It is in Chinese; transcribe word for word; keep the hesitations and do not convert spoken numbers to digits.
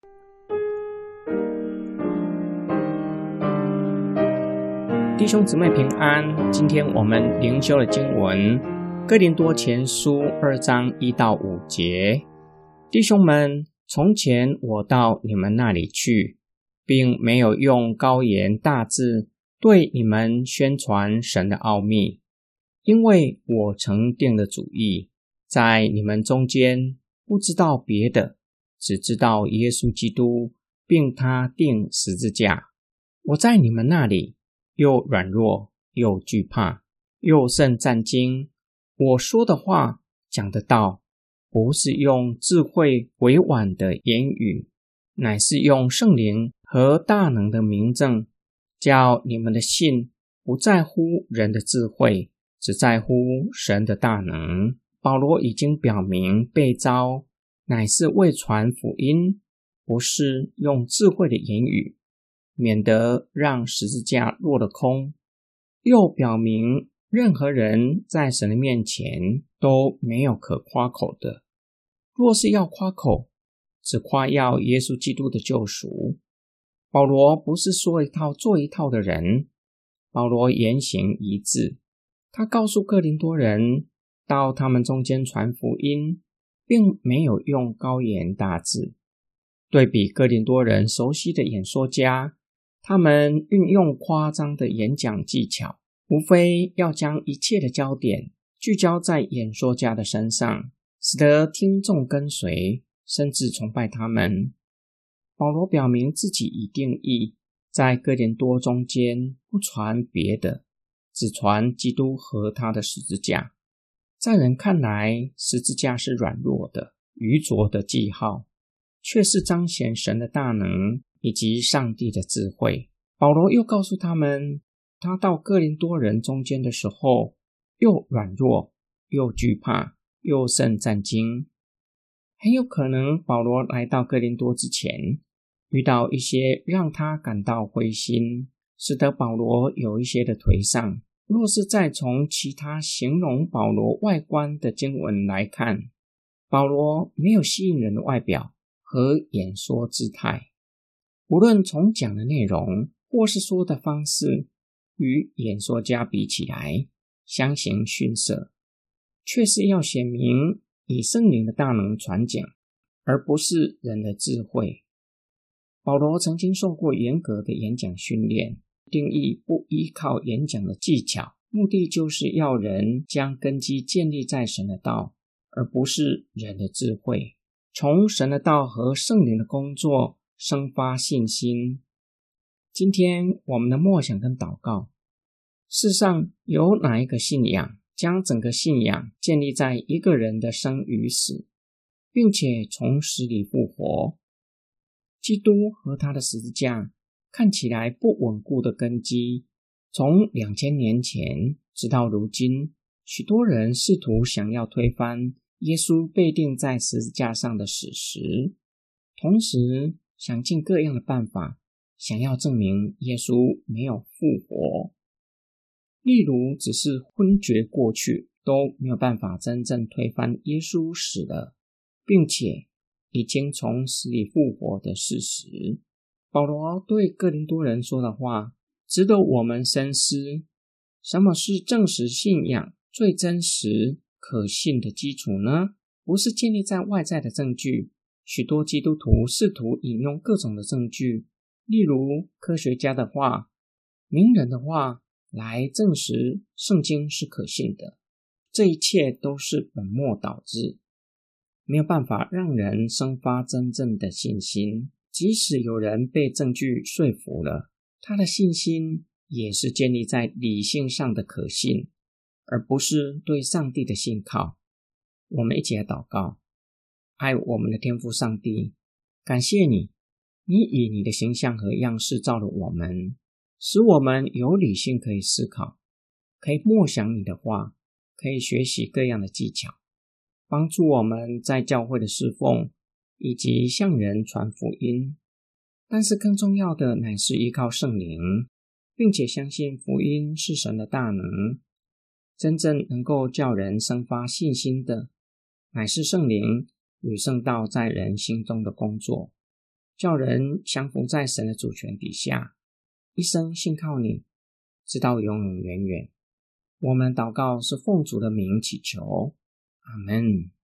弟兄姊妹平安，今天我们灵修的经文哥林多前书二章一到五节。弟兄们，从前我到你们那里去，并没有用高言大志对你们宣传神的奥秘，因为我曾定了主意，在你们中间不知道别的，只知道耶稣基督，并他钉十字架。我在你们那里又软弱又惧怕，又甚战惊。我说的话讲的道，不是用智慧委婉的言语，乃是用圣灵和大能的明证，叫你们的信不在乎人的智慧，只在乎神的大能。保罗已经表明，被召乃是为传福音，不是用智慧的言语，免得让十字架落了空。又表明任何人在神的面前都没有可夸口的。若是要夸口，只夸耀耶稣基督的救赎。保罗不是说一套做一套的人，保罗言行一致。他告诉哥林多人，到他们中间传福音，并没有用高言大志。对比哥林多人熟悉的演说家，他们运用夸张的演讲技巧，无非要将一切的焦点聚焦在演说家的身上，使得听众跟随，甚至崇拜他们。保罗表明自己已定义，在哥林多中间不传别的，只传基督和他的十字架。在人看来，十字架是软弱的、愚拙的记号，却是彰显神的大能以及上帝的智慧。保罗又告诉他们，他到哥林多人中间的时候，又软弱，又惧怕，又甚战惊。很有可能保罗来到哥林多之前，遇到一些让他感到灰心，使得保罗有一些的颓丧。若是再从其他形容保罗外观的经文来看，保罗没有吸引人的外表和演说姿态，无论从讲的内容或是说的方式，与演说家比起来相形逊色，却是要显明以圣灵的大能传讲，而不是人的智慧。保罗曾经受过严格的演讲训练，定义不依靠演讲的技巧，目的就是要人将根基建立在神的道，而不是人的智慧，从神的道和圣灵的工作生发信心。今天我们的默想跟祷告，世上有哪一个信仰将整个信仰建立在一个人的生与死，并且从死里复活？基督和他的十字架看起来不稳固的根基，从两千年前直到如今，许多人试图想要推翻耶稣被钉在十字架上的史实，同时想尽各样的办法，想要证明耶稣没有复活。例如，只是昏厥过去，都没有办法真正推翻耶稣死了，并且已经从死里复活的事实。保罗对哥林多人说的话值得我们深思。什么是证实信仰最真实可信的基础呢？不是建立在外在的证据。许多基督徒试图引用各种的证据，例如科学家的话、名人的话，来证实圣经是可信的。这一切都是本末倒置，没有办法让人生发真正的信心。即使有人被证据说服了，他的信心也是建立在理性上的可信，而不是对上帝的信靠。我们一起来祷告。爱我们的天父上帝，感谢你，你以你的形象和样式造了我们，使我们有理性可以思考，可以默想你的话，可以学习各样的技巧，帮助我们在教会的侍奉以及向人传福音。但是更重要的乃是依靠圣灵，并且相信福音是神的大能。真正能够叫人生发信心的，乃是圣灵与圣道在人心中的工作。 叫人降服在神的主权底下，一生信靠你，直到永永远远。我们祷告是奉主的名祈求，阿们。